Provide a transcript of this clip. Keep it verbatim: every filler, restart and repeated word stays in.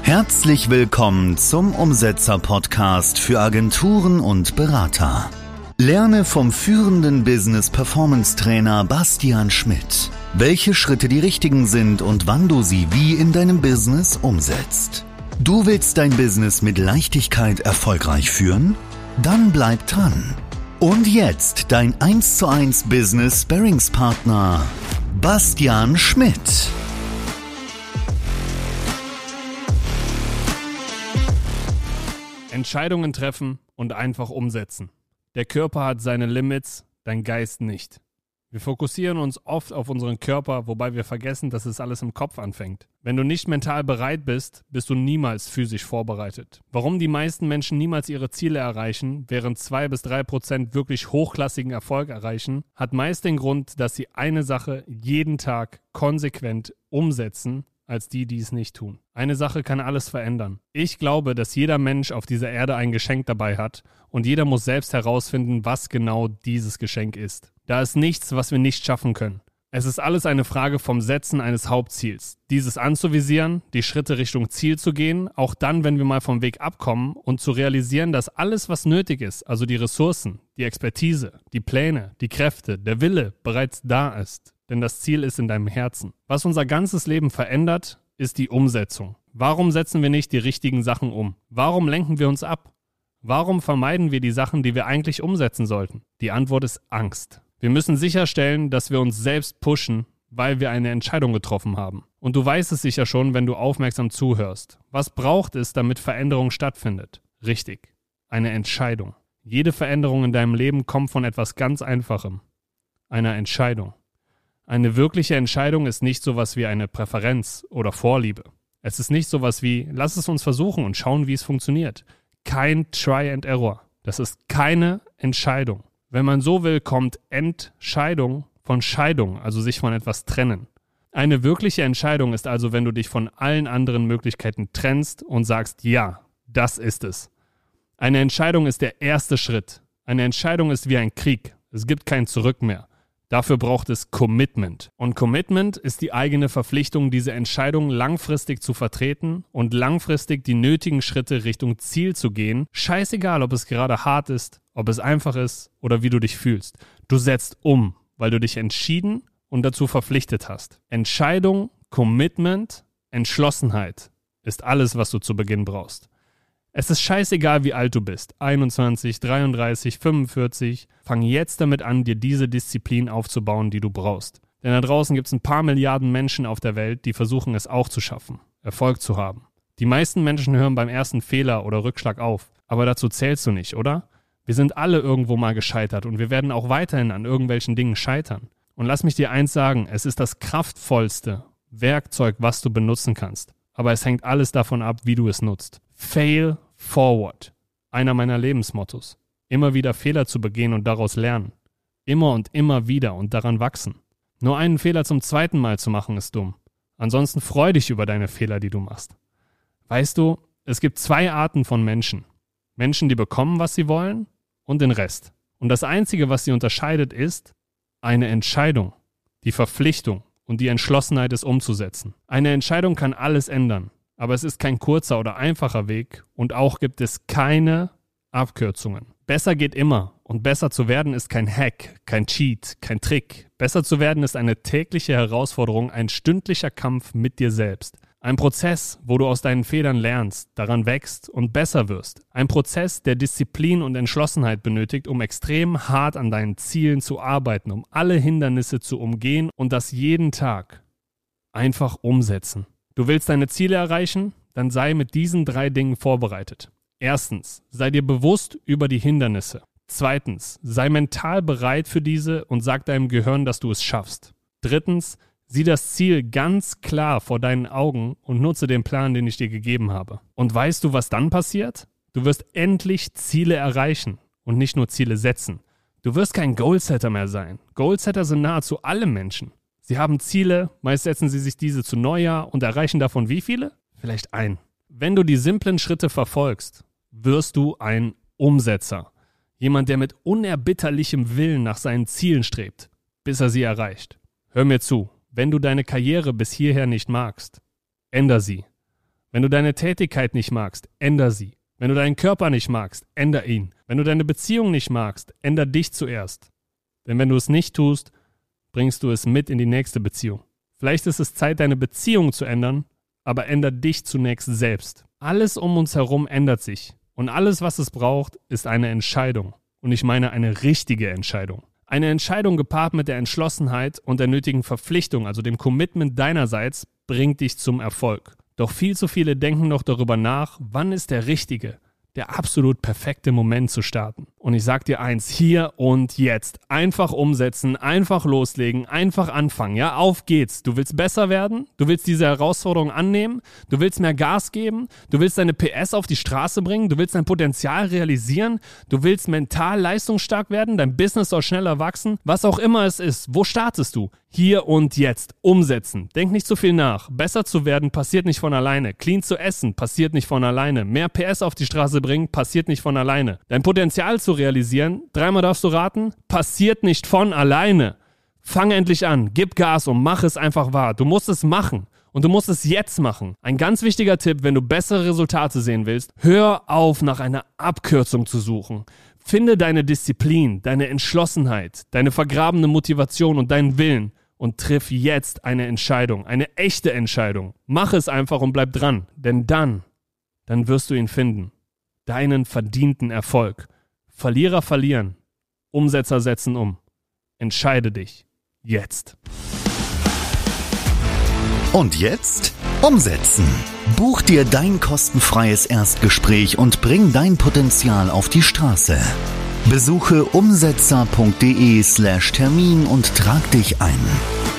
Herzlich willkommen zum Umsetzer-Podcast für Agenturen und Berater. Lerne vom führenden Business-Performance-Trainer Bastian Schmidt, welche Schritte die richtigen sind und wann du sie wie in deinem Business umsetzt. Du willst dein Business mit Leichtigkeit erfolgreich führen? Dann bleib dran. Und jetzt dein eins zu eins Business-Sparringspartner Bastian Schmidt. Entscheidungen treffen und einfach umsetzen. Der Körper hat seine Limits, dein Geist nicht. Wir fokussieren uns oft auf unseren Körper, wobei wir vergessen, dass es alles im Kopf anfängt. Wenn du nicht mental bereit bist, bist du niemals physisch vorbereitet. Warum die meisten Menschen niemals ihre Ziele erreichen, während zwei bis drei Prozent wirklich hochklassigen Erfolg erreichen, hat meist den Grund, dass sie eine Sache jeden Tag konsequent umsetzen, als die, die es nicht tun. Eine Sache kann alles verändern. Ich glaube, dass jeder Mensch auf dieser Erde ein Geschenk dabei hat und jeder muss selbst herausfinden, was genau dieses Geschenk ist. Da ist nichts, was wir nicht schaffen können. Es ist alles eine Frage vom Setzen eines Hauptziels. Dieses anzuvisieren, die Schritte Richtung Ziel zu gehen, auch dann, wenn wir mal vom Weg abkommen und zu realisieren, dass alles, was nötig ist, also die Ressourcen, die Expertise, die Pläne, die Kräfte, der Wille bereits da ist. Denn das Ziel ist in deinem Herzen. Was unser ganzes Leben verändert, ist die Umsetzung. Warum setzen wir nicht die richtigen Sachen um? Warum lenken wir uns ab? Warum vermeiden wir die Sachen, die wir eigentlich umsetzen sollten? Die Antwort ist Angst. Wir müssen sicherstellen, dass wir uns selbst pushen, weil wir eine Entscheidung getroffen haben. Und du weißt es sicher schon, wenn du aufmerksam zuhörst. Was braucht es, damit Veränderung stattfindet? Richtig, eine Entscheidung. Jede Veränderung in deinem Leben kommt von etwas ganz Einfachem. Einer Entscheidung. Eine wirkliche Entscheidung ist nicht sowas wie eine Präferenz oder Vorliebe. Es ist nicht sowas wie, lass es uns versuchen und schauen, wie es funktioniert. Kein Try and Error. Das ist keine Entscheidung. Wenn man so will, kommt Entscheidung von Scheidung, also sich von etwas trennen. Eine wirkliche Entscheidung ist also, wenn du dich von allen anderen Möglichkeiten trennst und sagst, ja, das ist es. Eine Entscheidung ist der erste Schritt. Eine Entscheidung ist wie ein Krieg. Es gibt kein Zurück mehr. Dafür braucht es Commitment. Und Commitment ist die eigene Verpflichtung, diese Entscheidung langfristig zu vertreten und langfristig die nötigen Schritte Richtung Ziel zu gehen. Scheißegal, ob es gerade hart ist, ob es einfach ist oder wie du dich fühlst. Du setzt um, weil du dich entschieden und dazu verpflichtet hast. Entscheidung, Commitment, Entschlossenheit ist alles, was du zu Beginn brauchst. Es ist scheißegal, wie alt du bist, einundzwanzig, dreiunddreißig, fünfundvierzig, fang jetzt damit an, dir diese Disziplin aufzubauen, die du brauchst. Denn da draußen gibt es ein paar Milliarden Menschen auf der Welt, die versuchen es auch zu schaffen, Erfolg zu haben. Die meisten Menschen hören beim ersten Fehler oder Rückschlag auf, aber dazu zählst du nicht, oder? Wir sind alle irgendwo mal gescheitert und wir werden auch weiterhin an irgendwelchen Dingen scheitern. Und lass mich dir eins sagen, es ist das kraftvollste Werkzeug, was du benutzen kannst. Aber es hängt alles davon ab, wie du es nutzt. Fail forward. Einer meiner Lebensmottos. Immer wieder Fehler zu begehen und daraus lernen. Immer und immer wieder und daran wachsen. Nur einen Fehler zum zweiten Mal zu machen ist dumm. Ansonsten freu dich über deine Fehler, die du machst. Weißt du, es gibt zwei Arten von Menschen. Menschen, die bekommen, was sie wollen und den Rest. Und das Einzige, was sie unterscheidet, ist eine Entscheidung, die Verpflichtung und die Entschlossenheit, es umzusetzen. Eine Entscheidung kann alles ändern. Aber es ist kein kurzer oder einfacher Weg und auch gibt es keine Abkürzungen. Besser geht immer und besser zu werden ist kein Hack, kein Cheat, kein Trick. Besser zu werden ist eine tägliche Herausforderung, ein stündlicher Kampf mit dir selbst. Ein Prozess, wo du aus deinen Fehlern lernst, daran wächst und besser wirst. Ein Prozess, der Disziplin und Entschlossenheit benötigt, um extrem hart an deinen Zielen zu arbeiten, um alle Hindernisse zu umgehen und das jeden Tag einfach umsetzen. Du willst deine Ziele erreichen? Dann sei mit diesen drei Dingen vorbereitet. Erstens, sei dir bewusst über die Hindernisse. Zweitens, sei mental bereit für diese und sag deinem Gehirn, dass du es schaffst. Drittens, sieh das Ziel ganz klar vor deinen Augen und nutze den Plan, den ich dir gegeben habe. Und weißt du, was dann passiert? Du wirst endlich Ziele erreichen und nicht nur Ziele setzen. Du wirst kein Goalsetter mehr sein. Goalsetter sind nahezu alle Menschen. Sie haben Ziele, meist setzen sie sich diese zu Neujahr und erreichen davon wie viele? Vielleicht ein. Wenn du die simplen Schritte verfolgst, wirst du ein Umsetzer. Jemand, der mit unerbitterlichem Willen nach seinen Zielen strebt, bis er sie erreicht. Hör mir zu, wenn du deine Karriere bis hierher nicht magst, änder sie. Wenn du deine Tätigkeit nicht magst, änder sie. Wenn du deinen Körper nicht magst, änder ihn. Wenn du deine Beziehung nicht magst, änder dich zuerst. Denn wenn du es nicht tust, bringst du es mit in die nächste Beziehung. Vielleicht ist es Zeit, deine Beziehung zu ändern, aber änder dich zunächst selbst. Alles um uns herum ändert sich. Und alles, was es braucht, ist eine Entscheidung. Und ich meine eine richtige Entscheidung. Eine Entscheidung gepaart mit der Entschlossenheit und der nötigen Verpflichtung, also dem Commitment deinerseits, bringt dich zum Erfolg. Doch viel zu viele denken noch darüber nach, wann ist der richtige, der absolut perfekte Moment zu starten. Und ich sag dir eins, hier und jetzt. Einfach umsetzen, einfach loslegen, einfach anfangen. Ja, auf geht's. Du willst besser werden, du willst diese Herausforderung annehmen, du willst mehr Gas geben, du willst deine P S auf die Straße bringen, du willst dein Potenzial realisieren, du willst mental leistungsstark werden, dein Business soll schneller wachsen, was auch immer es ist. Wo startest du? Hier und jetzt. Umsetzen. Denk nicht zu viel nach. Besser zu werden passiert nicht von alleine. Clean zu essen passiert nicht von alleine. Mehr P S auf die Straße bringen passiert nicht von alleine. Dein Potenzial zu realisieren, dreimal darfst du raten, passiert nicht von alleine. Fang endlich an, gib Gas und mach es einfach wahr. Du musst es machen und du musst es jetzt machen. Ein ganz wichtiger Tipp, wenn du bessere Resultate sehen willst, hör auf, nach einer Abkürzung zu suchen. Finde deine Disziplin, deine Entschlossenheit, deine vergrabene Motivation und deinen Willen und triff jetzt eine Entscheidung, eine echte Entscheidung. Mach es einfach und bleib dran, denn dann, dann wirst du ihn finden. Deinen verdienten Erfolg. Verlierer verlieren. Umsetzer setzen um. Entscheide dich. Jetzt. Und jetzt umsetzen. Buch dir dein kostenfreies Erstgespräch und bring dein Potenzial auf die Straße. Besuche umsetzer punkt de slash Termin und trag dich ein.